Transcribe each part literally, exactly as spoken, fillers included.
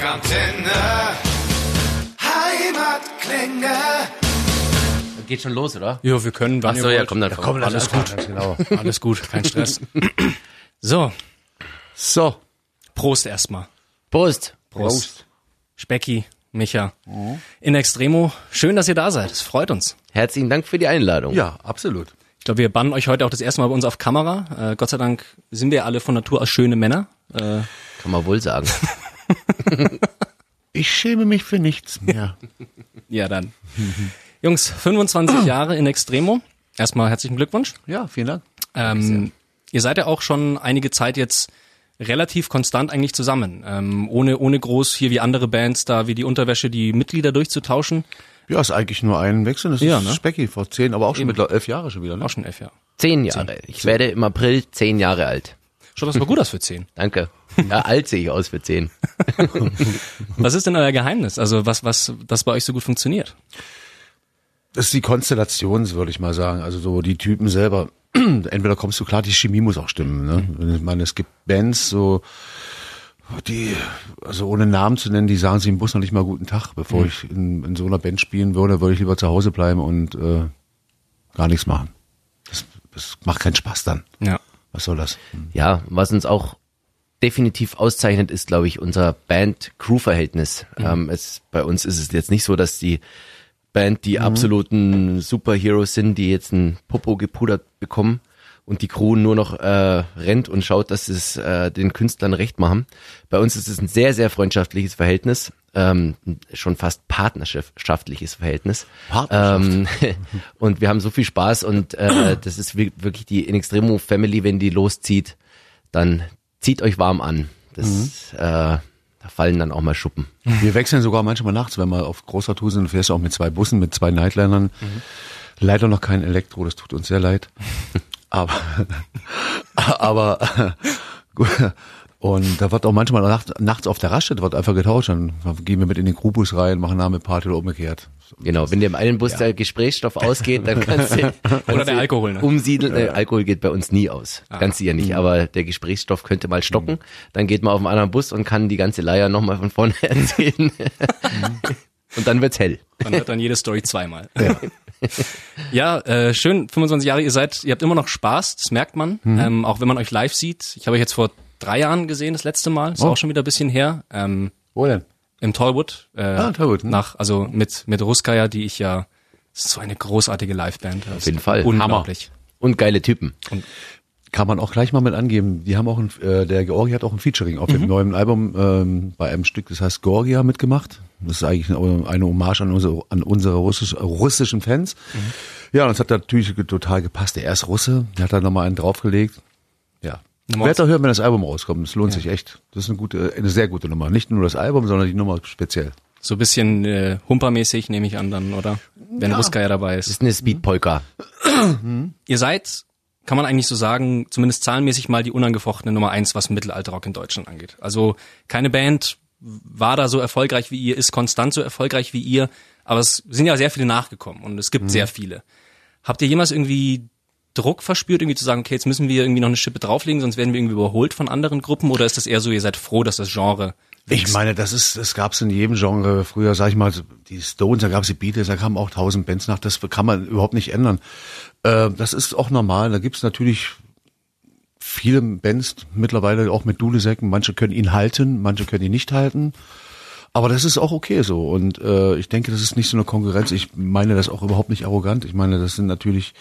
Rockantenne, Heimatklänge. Geht schon los, oder? Jo, wir können. Ach so, ja, komm dann. Ja, komm, alles gut. Genau. Alles gut, kein Stress. So, So. Prost erstmal. Prost. Prost. Specki, Micha. In Extremo. Schön, dass ihr da seid. Es freut uns. Herzlichen Dank für die Einladung. Ja, absolut. Ich glaube, wir bannen euch heute auch das erste Mal bei uns auf Kamera. Äh, Gott sei Dank sind wir alle von Natur aus schöne Männer. Äh, Kann man wohl sagen. Ich schäme mich für nichts mehr. ja, dann. Jungs, fünfundzwanzig Jahre in Extremo. Erstmal herzlichen Glückwunsch. Ja, vielen Dank. Ähm, ihr seid ja auch schon einige Zeit jetzt relativ konstant eigentlich zusammen. Ähm, ohne, ohne groß hier wie andere Bands da, wie die Unterwäsche, die Mitglieder durchzutauschen. Ja, ist eigentlich nur ein Wechsel. Das Ja, ist ne? Specki vor zehn, aber auch schon Eben. mittlerweile elf Jahre schon wieder, ne? Auch schon elf Jahre. Zehn Jahre. Ich werde im April zehn Jahre alt. Schaut das mal gut aus für zehn. Danke. Ja, alt sehe ich aus für zehn. Was ist denn euer Geheimnis? Also was, was, das bei euch so gut funktioniert? Das ist die Konstellation, würde ich mal sagen. Also so die Typen selber. Entweder kommst du klar, die Chemie muss auch stimmen, ne? Ich meine, es gibt Bands, so, die, also ohne Namen zu nennen, die sagen sich im Bus noch nicht mal guten Tag. Bevor Mhm. ich in, in so einer Band spielen würde, würde ich lieber zu Hause bleiben und äh, gar nichts machen. Das, das macht keinen Spaß dann. Ja. Was soll das? Ja, was uns auch definitiv auszeichnet, ist, glaube ich, unser Band-Crew-Verhältnis. Mhm. Ähm, es, bei uns ist es jetzt nicht so, dass die Band die absoluten Superheroes sind, die jetzt ein Popo gepudert bekommen und die Crew nur noch äh, rennt und schaut, dass es äh, den Künstlern recht machen. Bei uns ist es ein sehr, sehr freundschaftliches Verhältnis, ähm, schon fast partnerschaftliches Verhältnis. Partnerschaft. Ähm, und wir haben so viel Spaß und äh, das ist wi- wirklich die In Extremo Family, wenn die loszieht, dann zieht euch warm an. Das, äh, da fallen dann auch mal Schuppen. Wir wechseln sogar manchmal nachts, wenn wir auf großer Tour sind, fährst du auch mit zwei Bussen, mit zwei Nightlinern. Leider noch kein Elektro, das tut uns sehr leid. Aber, aber, gut. Und da wird auch manchmal nacht, nachts auf der Raststätte wird einfach getauscht, dann gehen wir mit in den Crewbus rein, machen eine Party oder umgekehrt. Genau, wenn dem einen Bus der Gesprächsstoff ausgeht, dann kannst du Oder der Alkohol, ne? umsiedeln. Äh, Alkohol geht bei uns nie aus, ganz sicher nicht, aber der Gesprächsstoff könnte mal stocken. Dann geht man auf einen anderen Bus und kann die ganze Leier nochmal von vorne erzählen. Und dann wird's hell. Man hört dann jede Story zweimal. Ja, ja äh, schön, fünfundzwanzig Jahre, ihr seid, ihr habt immer noch Spaß, das merkt man, ähm, auch wenn man euch live sieht. Ich habe euch jetzt vor drei Jahren gesehen, das letzte Mal, ist Oh. auch schon wieder ein bisschen her, ähm, Wo denn? im Tollwood, äh, Ah, Tollwood, hm. nach, also mit, mit Ruskaya, die ich ja, das ist so eine großartige Liveband. Auf jeden Fall. Unglaublich. Und geile Typen. Kann man auch gleich mal mit angeben. Die haben auch ein, äh, der Georgi hat auch ein Featuring auf dem neuen Album ähm, bei einem Stück, das heißt Georgia, mitgemacht. Das ist eigentlich eine, eine Hommage an unsere, an unsere russisch, russischen Fans. Ja, und das hat natürlich total gepasst. Der ist Russe, der hat da nochmal einen draufgelegt. Ja. Nummer- Werdet ihr hören, wenn das Album rauskommt. Das lohnt sich echt. Das ist eine gute, eine sehr gute Nummer. Nicht nur das Album, sondern die Nummer speziell. So ein bisschen äh, humpermäßig nehme ich an dann, oder? Wenn Ja. Ruskaya dabei Das ist. ist eine Speedpolka. Ihr seid, kann man eigentlich so sagen, zumindest zahlenmäßig mal die unangefochtene Nummer eins, was Mittelalterrock in Deutschland angeht. Also keine Band war da so erfolgreich wie ihr, ist konstant so erfolgreich wie ihr, aber es sind ja sehr viele nachgekommen und es gibt sehr viele. Habt ihr jemals irgendwie Druck verspürt, irgendwie zu sagen, okay, jetzt müssen wir irgendwie noch eine Schippe drauflegen, sonst werden wir irgendwie überholt von anderen Gruppen, oder ist das eher so, ihr seid froh, dass das Genre wächst? Ich meine, das ist, das gab's in jedem Genre. Früher, sag ich mal, die Stones, da gab's die Beatles, da kamen auch tausend Bands nach. Das kann man überhaupt nicht ändern. Äh, das ist auch normal. Da gibt's natürlich viele Bands mittlerweile auch mit Dudelsäcken. Manche können ihn halten, manche können ihn nicht halten. Aber das ist auch okay so. Und äh, ich denke, das ist nicht so eine Konkurrenz. Ich meine das auch überhaupt nicht arrogant. Ich meine, das sind natürlich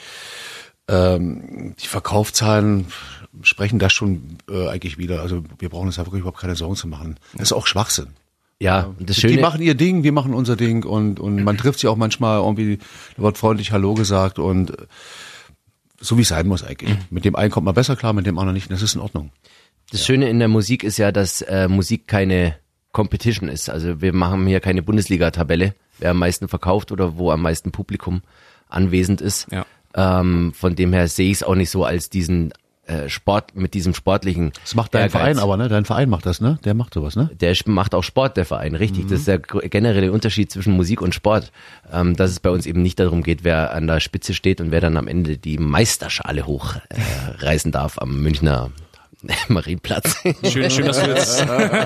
ähm, die Verkaufszahlen sprechen das schon äh, eigentlich wieder. Also wir brauchen uns da wirklich überhaupt keine Sorgen zu machen. Das ist auch Schwachsinn. Ja, und das Die Schöne, machen ihr Ding, wir machen unser Ding und und man trifft sie auch manchmal irgendwie, da wird freundlich Hallo gesagt und äh, so wie es sein muss eigentlich. Mit dem einen kommt man besser klar, mit dem anderen nicht. Das ist in Ordnung. das Schöne in der Musik ist ja, dass äh, Musik keine Competition ist. Also wir machen hier keine Bundesliga-Tabelle, wer am meisten verkauft oder wo am meisten Publikum anwesend ist. Ja. Ähm, von dem her sehe ich es auch nicht so als diesen äh, Sport, mit diesem sportlichen Das macht dein Ehrgeiz. Verein aber, ne? Dein Verein macht das, ne? Der macht sowas, ne? Der macht auch Sport, der Verein, richtig. Das ist der gr- generelle Unterschied zwischen Musik und Sport, ähm, dass es bei uns eben nicht darum geht, wer an der Spitze steht und wer dann am Ende die Meisterschale hochreißen äh, reißen darf am Münchner Marienplatz. Schön, schön, dass du jetzt.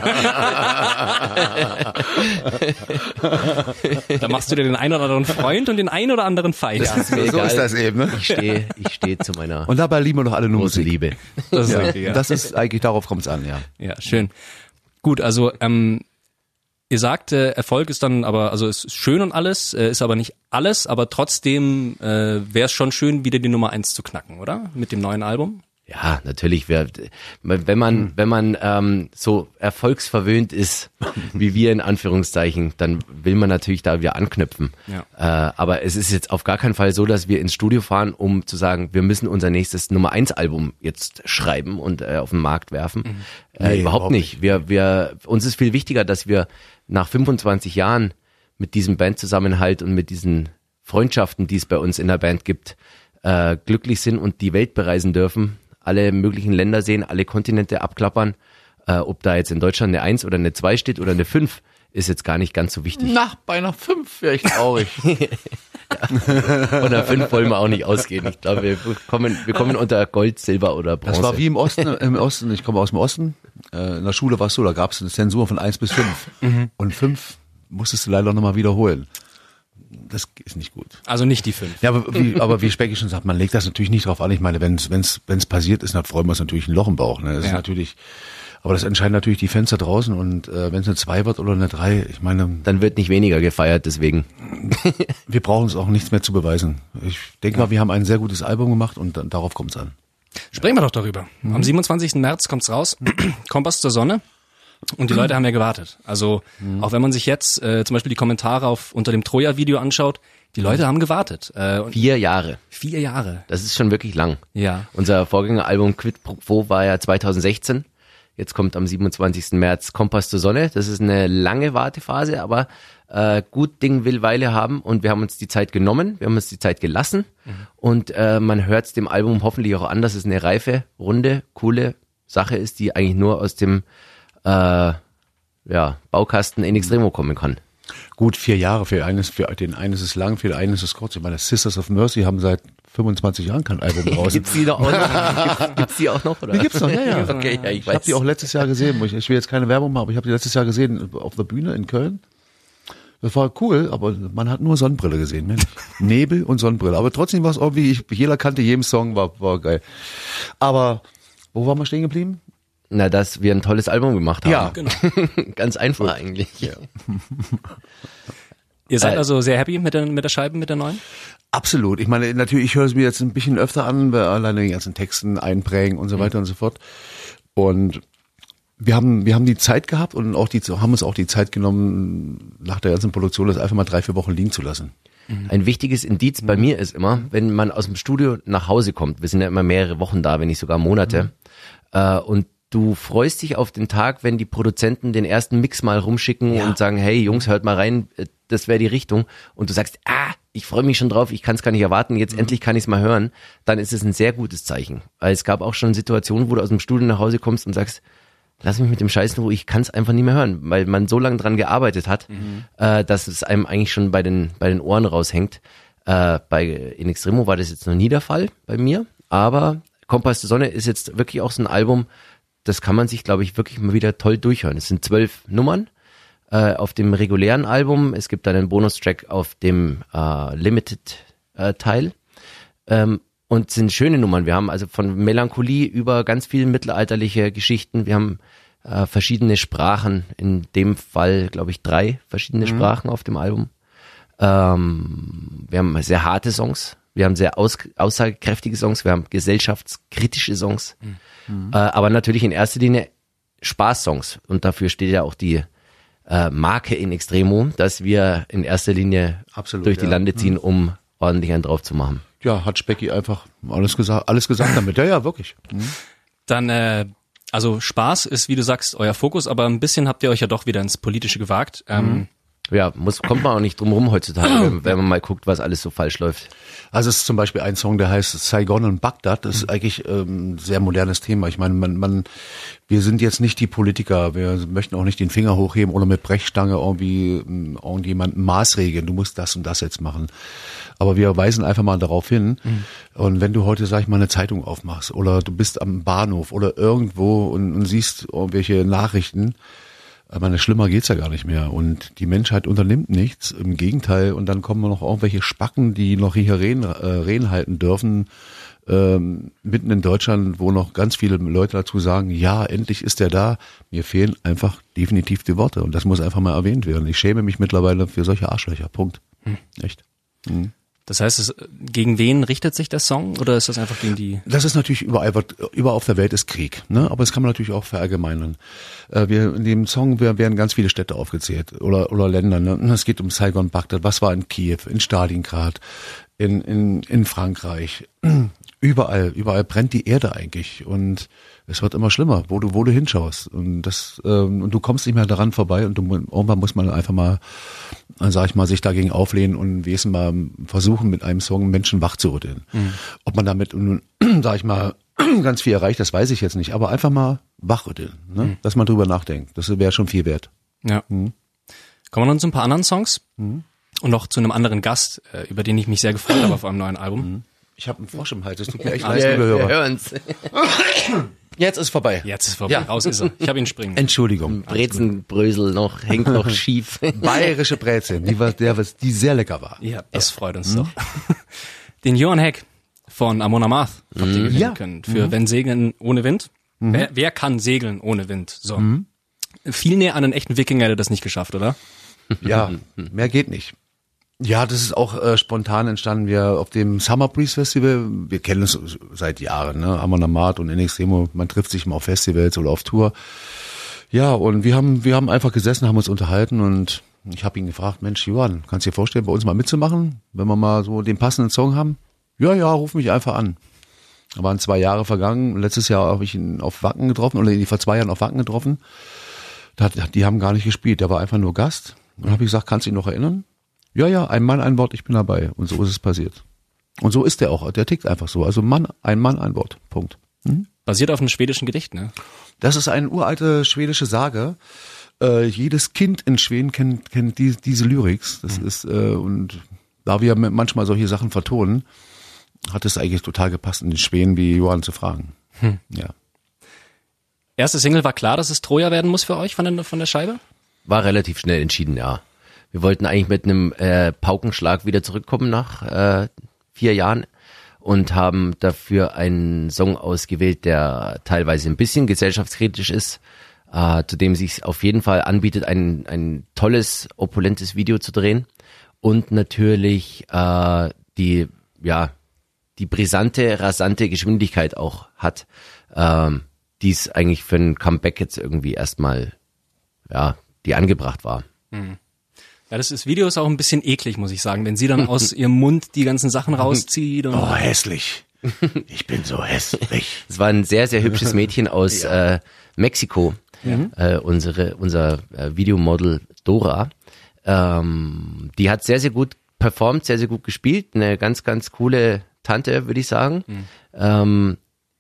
Da machst du dir den einen oder anderen Freund und den einen oder anderen Feind. Ja, ist mir So egal. ist das eben, ne? Ich stehe ich stehe zu meiner Und dabei lieben wir doch alle nur großen Musik. Liebe. Das ist Ja, richtig, ja. das ist eigentlich, darauf kommt es an, ja. Ja, schön. Gut, also ähm, ihr sagt, äh, Erfolg ist dann aber, also es ist schön und alles, äh, ist aber nicht alles, aber trotzdem äh, wäre es schon schön, wieder die Nummer eins zu knacken, oder? Mit dem neuen Album? Ja, natürlich. Wer, wenn man, wenn man ähm, so erfolgsverwöhnt ist, wie wir in Anführungszeichen, dann will man natürlich da wieder anknüpfen. Ja. Äh, aber es ist jetzt auf gar keinen Fall so, dass wir ins Studio fahren, um zu sagen, wir müssen unser nächstes Nummer eins Album jetzt schreiben und äh, auf den Markt werfen. Mhm. Äh, Nee, überhaupt überhaupt nicht. Wir, wir, uns ist viel wichtiger, dass wir nach fünfundzwanzig Jahren mit diesem Bandzusammenhalt und mit diesen Freundschaften, die es bei uns in der Band gibt, äh, glücklich sind und die Welt bereisen dürfen, alle möglichen Länder sehen, alle Kontinente abklappern. Äh, ob da jetzt in Deutschland eine eins oder eine zwei steht oder eine fünf, ist jetzt gar nicht ganz so wichtig. Na, bei einer fünf wäre ich traurig. Von der fünf wollen wir auch nicht ausgehen. Ich glaube, wir kommen, wir kommen unter Gold, Silber oder Bronze. Das war wie im Osten, im Osten, ich komme aus dem Osten, äh, in der Schule war es so, da gab es eine Zensur von eins bis fünf. Und fünf musstest du leider nochmal wiederholen. Das ist nicht gut. Also nicht die fünf. Ja, aber wie, aber wie Specky schon sagt, man legt das natürlich nicht drauf an. Ich meine, wenn es wenn's, wenn's passiert ist, dann freuen wir uns natürlich ein Loch im Bauch. Ne? Das Ja. ist natürlich, aber das entscheiden natürlich die Fans da draußen. Und äh, wenn es eine zwei wird oder eine drei, ich meine, Dann wird nicht weniger gefeiert, deswegen. wir brauchen uns auch nichts mehr zu beweisen. Ich denke mal, wir haben ein sehr gutes Album gemacht und dann, darauf kommt es an. Sprechen wir doch darüber. Am siebenundzwanzigsten März kommt's raus. Kompass zur Sonne. Und die Leute haben ja gewartet. Also auch wenn man sich jetzt äh, zum Beispiel die Kommentare auf unter dem Troja-Video anschaut, die Leute haben gewartet. Äh, und Vier Jahre. vier Jahre. Das ist schon wirklich lang. Ja. Unser Vorgängeralbum Quid Pro Quo war ja zweitausendsechzehn. Jetzt kommt am siebenundzwanzigsten März Kompass zur Sonne. Das ist eine lange Wartephase, aber äh, gut Ding will Weile haben und wir haben uns die Zeit genommen, wir haben uns die Zeit gelassen mhm. und äh, man hört es dem Album hoffentlich auch an, dass es eine reife, runde, coole Sache ist, die eigentlich nur aus dem äh, ja, Baukasten in Extremo kommen kann. Gut, vier Jahre, für, eines, für den einen ist es lang, für den einen ist es kurz. Ich meine, Sisters of Mercy haben seit fünfundzwanzig Jahren kein Album raus. Gibt's die noch auch noch? Gibt's, gibt's die auch noch? Oder? Die gibt's noch, ja, ja. Okay, ja, ich Ich habe weiß. die auch letztes Jahr gesehen. Ich, ich will jetzt keine Werbung machen, aber ich habe die letztes Jahr gesehen auf der Bühne in Köln. Das war cool, aber man hat nur Sonnenbrille gesehen. Mensch. Nebel und Sonnenbrille. Aber trotzdem war es irgendwie, ich, jeder kannte jeden Song, war, war geil. Aber wo waren wir stehen geblieben? Na, dass wir ein tolles Album gemacht haben. Ja. Genau. Ganz einfach eigentlich. Ja. Ihr seid Äh, also sehr happy mit der, mit der Scheibe, mit der neuen? Absolut. Ich meine, natürlich, ich höre es mir jetzt ein bisschen öfter an, weil alleine die ganzen Texten einprägen und so weiter und so fort. Und wir haben, wir haben die Zeit gehabt und auch die, haben uns auch die Zeit genommen, nach der ganzen Produktion das einfach mal drei, vier Wochen liegen zu lassen. Ein wichtiges Indiz bei mir ist immer, wenn man aus dem Studio nach Hause kommt, wir sind ja immer mehrere Wochen da, wenn nicht sogar Monate, äh, und du freust dich auf den Tag, wenn die Produzenten den ersten Mix mal rumschicken Ja. und sagen, hey Jungs, hört mal rein, äh, das wäre die Richtung. Und du sagst, ah, ich freue mich schon drauf, ich kann es gar nicht erwarten, jetzt endlich kann ich es mal hören. Dann ist es ein sehr gutes Zeichen. Weil es gab auch schon Situationen, wo du aus dem Studio nach Hause kommst und sagst, lass mich mit dem Scheiß in Ruhe, ich kann es einfach nicht mehr hören, weil man so lange dran gearbeitet hat, äh, dass es einem eigentlich schon bei den, bei den Ohren raushängt. Äh, bei In Extremo war das jetzt noch nie der Fall bei mir, aber Kompass zur Sonne ist jetzt wirklich auch so ein Album, das kann man sich, glaube ich, wirklich mal wieder toll durchhören. Es sind zwölf Nummern äh, auf dem regulären Album. Es gibt dann einen Bonustrack auf dem äh, Limited-Teil. Ähm, und sind schöne Nummern. Wir haben also von Melancholie über ganz viele mittelalterliche Geschichten. Wir haben äh, verschiedene Sprachen. In dem Fall, glaube ich, drei verschiedene mhm. Sprachen auf dem Album. Ähm, wir haben sehr harte Songs. Wir haben sehr aus, aussagekräftige Songs, wir haben gesellschaftskritische Songs, mhm. äh, aber natürlich in erster Linie Spaßsongs. Und dafür steht ja auch die äh, Marke In Extremo, dass wir in erster Linie Absolut, durch die ja. Lande ziehen, mhm. um ordentlich einen drauf zu machen. Ja, hat Specky einfach alles gesagt, alles gesagt damit. Ja, ja, wirklich. Mhm. Dann, äh, also Spaß ist, wie du sagst, euer Fokus, aber ein bisschen habt ihr euch ja doch wieder ins Politische gewagt. Ähm, Mhm. Ja, muss, kommt man auch nicht drum rum heutzutage, wenn, wenn man mal guckt, was alles so falsch läuft. Also es ist zum Beispiel ein Song, der heißt Saigon und Bagdad. Das ist eigentlich ähm, ein sehr modernes Thema. Ich meine, man, man, wir sind jetzt nicht die Politiker. Wir möchten auch nicht den Finger hochheben oder mit Brechstange irgendwie ähm, irgendjemanden maßregeln. Du musst das und das jetzt machen. Aber wir weisen einfach mal darauf hin. Mhm. Und wenn du heute, sag ich mal, eine Zeitung aufmachst oder du bist am Bahnhof oder irgendwo und, und siehst irgendwelche Nachrichten, ich meine, schlimmer geht's ja gar nicht mehr. Und die Menschheit unternimmt nichts, im Gegenteil. Und dann kommen noch irgendwelche Spacken, die noch hier Reden, äh, Reden halten dürfen, ähm, mitten in Deutschland, wo noch ganz viele Leute dazu sagen, ja, endlich ist er da. Mir fehlen einfach definitiv die Worte. Und das muss einfach mal erwähnt werden. Ich schäme mich mittlerweile für solche Arschlöcher. Punkt. Hm. Echt. Hm. Das heißt, es, gegen wen richtet sich der Song oder ist das einfach gegen die? Das ist natürlich überall, überall auf der Welt ist Krieg, ne? Aber das kann man natürlich auch verallgemeinern. Äh, wir, in dem Song werden ganz viele Städte aufgezählt oder, oder Länder, ne? Es geht um Saigon, Bagdad, was war in Kiew, in Stalingrad, in, in, in Frankreich. Überall, überall brennt die Erde eigentlich und es wird immer schlimmer, wo du, wo du hinschaust und das ähm, und du kommst nicht mehr daran vorbei und du, irgendwann muss man einfach mal, sag ich mal, sich dagegen auflehnen und wesen mal versuchen, mit einem Song Menschen wach zu rütteln. Mhm. Ob man damit, sag ich mal, ganz viel erreicht, das weiß ich jetzt nicht, aber einfach mal wachrütteln, ne? Mhm. Dass man drüber nachdenkt, das wäre schon viel wert. Ja. Mhm. Kommen wir nun zu ein paar anderen Songs mhm. und noch zu einem anderen Gast, über den ich mich sehr gefreut habe auf einem neuen Album. Mhm. Ich habe einen Frosch im Hals, das tut mir echt leid, liebe Hörer. Wir hören's. Jetzt ist vorbei. Jetzt ist vorbei, ja. Raus ist er. Ich habe ihn springen. Entschuldigung. Brezenbrösel noch, hängt noch schief. Bayerische Brezel, die, war, der, die sehr lecker war. Ja, das ja. freut uns mhm. doch. Den Johann Heck von Amon Amarth habt ihr gewinnen ja. können für mhm. Wenn Segeln ohne Wind. Mhm. Wer, wer kann segeln ohne Wind? So. Mhm. Viel näher an einen echten Wikinger hätte er das nicht geschafft, oder? Ja, mehr geht nicht. Ja, das ist auch äh, spontan entstanden. Wir auf dem Summer Breeze Festival, wir kennen uns seit Jahren, ne? Amon Amarth und N X Demo, man trifft sich mal auf Festivals oder auf Tour. Ja, und wir haben wir haben einfach gesessen, haben uns unterhalten und ich habe ihn gefragt, Mensch, Johann, kannst du dir vorstellen, bei uns mal mitzumachen, wenn wir mal so den passenden Song haben? Ja, ja, ruf mich einfach an. Da waren zwei Jahre vergangen. Letztes Jahr habe ich ihn auf Wacken getroffen, oder vor zwei Jahren auf Wacken getroffen. Da, die haben gar nicht gespielt, der war einfach nur Gast. Und habe ich gesagt, kannst du ihn noch erinnern? Ja, ja, ein Mann, ein Wort, ich bin dabei. Und so ist es passiert. Und so ist der auch. Der tickt einfach so. Also Mann, ein Mann, ein Wort. Punkt. Mhm. Basiert auf einem schwedischen Gedicht, ne? Das ist eine uralte schwedische Sage. Äh, jedes Kind in Schweden kennt, kennt die, diese Lyrics. Das mhm. ist, äh, und da wir manchmal solche Sachen vertonen, hat es eigentlich total gepasst, in den Schweden wie Johann zu fragen. Hm. Ja. Erste Single war klar, dass es Troja werden muss für euch von der, von der Scheibe? War relativ schnell entschieden, ja. Wir wollten eigentlich mit einem äh, Paukenschlag wieder zurückkommen nach äh, vier Jahren und haben dafür einen Song ausgewählt, der teilweise ein bisschen gesellschaftskritisch ist, äh, zu dem sich auf jeden Fall anbietet, ein, ein tolles, opulentes Video zu drehen und natürlich äh, die, ja, die brisante, rasante Geschwindigkeit auch hat, ähm, die es eigentlich für ein Comeback jetzt irgendwie erstmal, ja, die angebracht war. Mhm. Ja, das ist, Video ist auch ein bisschen eklig, muss ich sagen, wenn sie dann aus ihrem Mund die ganzen Sachen rauszieht. Und oh, hässlich. Ich bin so hässlich. Es war ein sehr, sehr hübsches Mädchen aus ja. äh, Mexiko, mhm. äh, unsere, unser äh, Videomodel Dora. Ähm, die hat sehr, sehr gut performt, sehr, sehr gut gespielt. Eine ganz, ganz coole Tante, würde ich sagen. Mhm. Ähm,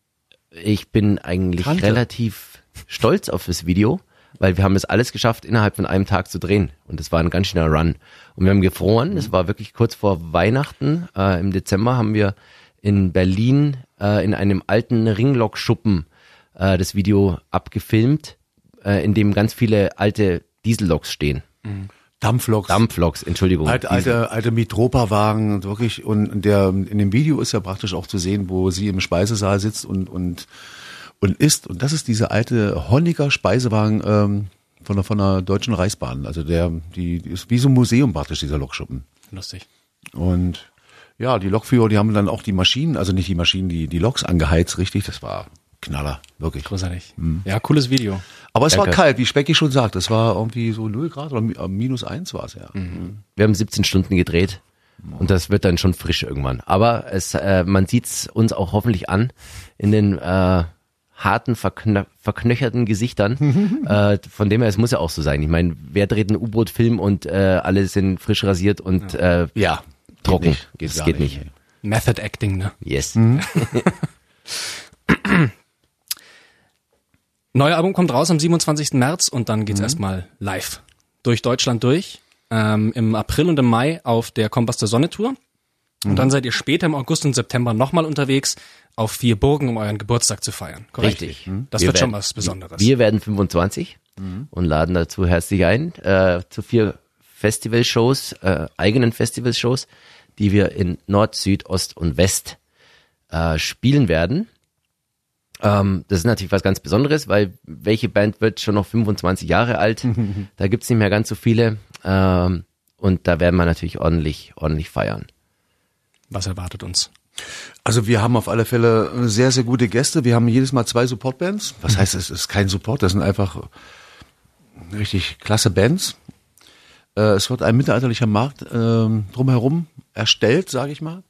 ich bin eigentlich Tante. relativ stolz auf das Video, weil wir haben es alles geschafft, innerhalb von einem Tag zu drehen. Und das war ein ganz schöner Run. Und wir haben gefroren, es war wirklich kurz vor Weihnachten. Äh, im Dezember haben wir in Berlin äh, in einem alten Ringlokschuppen äh, das Video abgefilmt, äh, in dem ganz viele alte Dieselloks stehen. Mhm. Dampfloks. Dampfloks, Entschuldigung. Alte, alte, alte Mitropa-Wagen, wirklich. Und der, in dem Video ist ja praktisch auch zu sehen, wo sie im Speisesaal sitzt und, und, und isst. Und das ist diese alte Honecker Speisewagen ähm, von der, von der Deutschen Reichsbahn. Also der, die, die ist wie so ein Museum praktisch, dieser Lokschuppen. Lustig. Und ja, die Lokführer, die haben dann auch die Maschinen, also nicht die Maschinen, die, die Loks angeheizt, richtig. Das war Knaller, wirklich. Großartig. Mhm. Ja, cooles Video. Aber es Danke. war kalt, wie Specki schon sagt. Es war irgendwie so null Grad oder minus eins war es ja. Mhm. Wir haben siebzehn Stunden gedreht und das wird dann schon frisch irgendwann. Aber es, äh, man sieht's uns auch hoffentlich an in den äh, harten, verknö- verknöcherten Gesichtern. äh, von dem her, es muss ja auch so sein. Ich meine, wer dreht einen U-Boot-Film und äh, alle sind frisch rasiert und ja, äh, ja trocken. Geht nicht. Das geht nicht. nicht. Method Acting, ne? Yes. Mhm. Neues Album kommt raus am siebenundzwanzigsten März und dann geht's mhm. erstmal live durch Deutschland durch. Ähm, im April und im Mai auf der Kompass der Sonne Tour. Und dann seid ihr später im August und September nochmal unterwegs auf vier Burgen, um euren Geburtstag zu feiern. Korrekt? Richtig. Das Wir wird schon werden- was Besonderes. Wir werden fünfundzwanzig mhm. und laden dazu herzlich ein äh, zu vier Festivalshows, äh, eigenen Festivalshows, die wir in Nord, Süd, Ost und West äh, spielen werden. Ähm, das ist natürlich was ganz Besonderes, weil welche Band wird schon noch fünfundzwanzig Jahre alt? Da gibt's nicht mehr ganz so viele. Ähm, und da werden wir natürlich ordentlich, ordentlich feiern. Was erwartet uns? Also wir haben auf alle Fälle sehr, sehr gute Gäste. Wir haben jedes Mal zwei Supportbands. Was heißt, es ist kein Support, das sind einfach richtig klasse Bands. Äh, es wird ein mittelalterlicher Markt äh, drumherum erstellt, sage ich mal.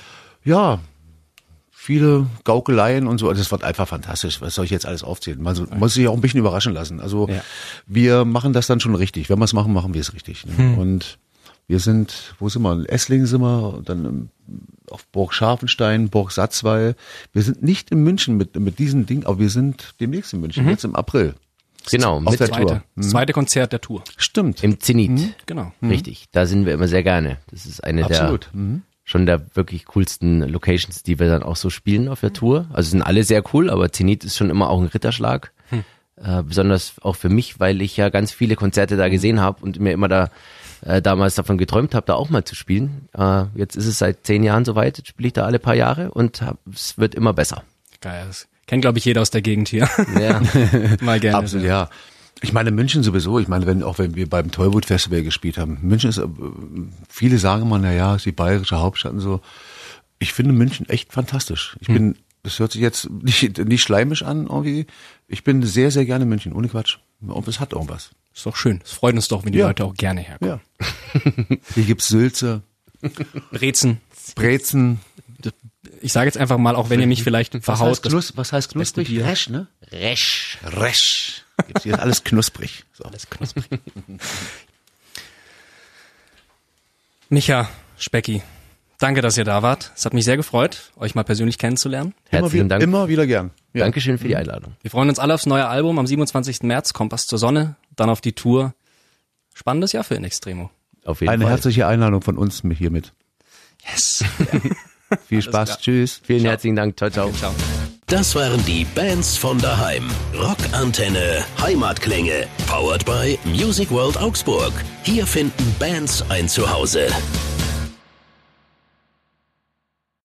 Ja, viele Gaukeleien und so. Das wird einfach fantastisch. Was soll ich jetzt alles aufzählen? Man so, muss sich auch ein bisschen überraschen lassen. Also Ja. wir machen das dann schon richtig. Wenn wir es machen, machen wir es richtig. Ne? Hm. Und wir sind, wo sind wir? In Esslingen sind wir, dann im, auf Burg Scharfenstein, Burg Satzweil. Wir sind nicht in München mit, mit diesem Ding, aber wir sind demnächst in München, jetzt im April. Genau, Auf mit der Das Tour. zweite, das zweite Konzert der Tour. Stimmt. im Zenit. Genau. Richtig, da sind wir immer sehr gerne. Das ist eine Absolut. der schon der wirklich coolsten Locations, die wir dann auch so spielen auf der Tour. Also sind alle sehr cool, aber Zenit ist schon immer auch ein Ritterschlag. Hm. Äh, besonders auch für mich, weil ich ja ganz viele Konzerte da gesehen habe und mir immer da äh, damals davon geträumt habe, da auch mal zu spielen. Äh, jetzt ist es seit zehn Jahren soweit, jetzt spiele ich da alle paar Jahre und hab, es wird immer besser. Geil. Das kennt, glaube ich, jeder aus der Gegend hier. Ja. Mal gerne. Absolut, ja. Ich meine, München sowieso, ich meine, wenn, auch wenn wir beim Tollwood Festival gespielt haben, München ist, äh, viele sagen immer, na ja, ist die bayerische Hauptstadt und so. Ich finde München echt fantastisch. Ich bin, das hört sich jetzt nicht, nicht schleimisch an, irgendwie. Ich bin sehr, sehr gerne in München, ohne Quatsch. Und es hat irgendwas. Ist doch schön. Es freut uns doch, wenn die Ja. Leute auch gerne herkommen. Ja. Hier gibt's Sülze, Brezen. Brezen. Ich sage jetzt einfach mal, auch wenn ihr mich vielleicht Was verhaut, heißt, knus was heißt beste knusprig? Bier. Resch, ne? Resch. Resch. Gibt's hier ist alles knusprig. So. alles knusprig. Micha, Specki, danke, dass ihr da wart. Es hat mich sehr gefreut, euch mal persönlich kennenzulernen. Immer Herzlichen wieder, Dank. immer wieder gern. Ja. Dankeschön für die Einladung. Wir freuen uns alle aufs neue Album am siebenundzwanzigsten März, Kompass zur Sonne, dann auf die Tour. Spannendes Jahr für In Extremo. Auf jeden Eine Fall. herzliche Einladung von uns mit hiermit. Yes. Viel Spaß. klar. Tschüss. Vielen herzlichen Dank. Ciao, ciao. Ciao. Das waren die Bands von daheim. Rockantenne Heimatklänge. Powered by Music World Augsburg. Hier finden Bands ein Zuhause.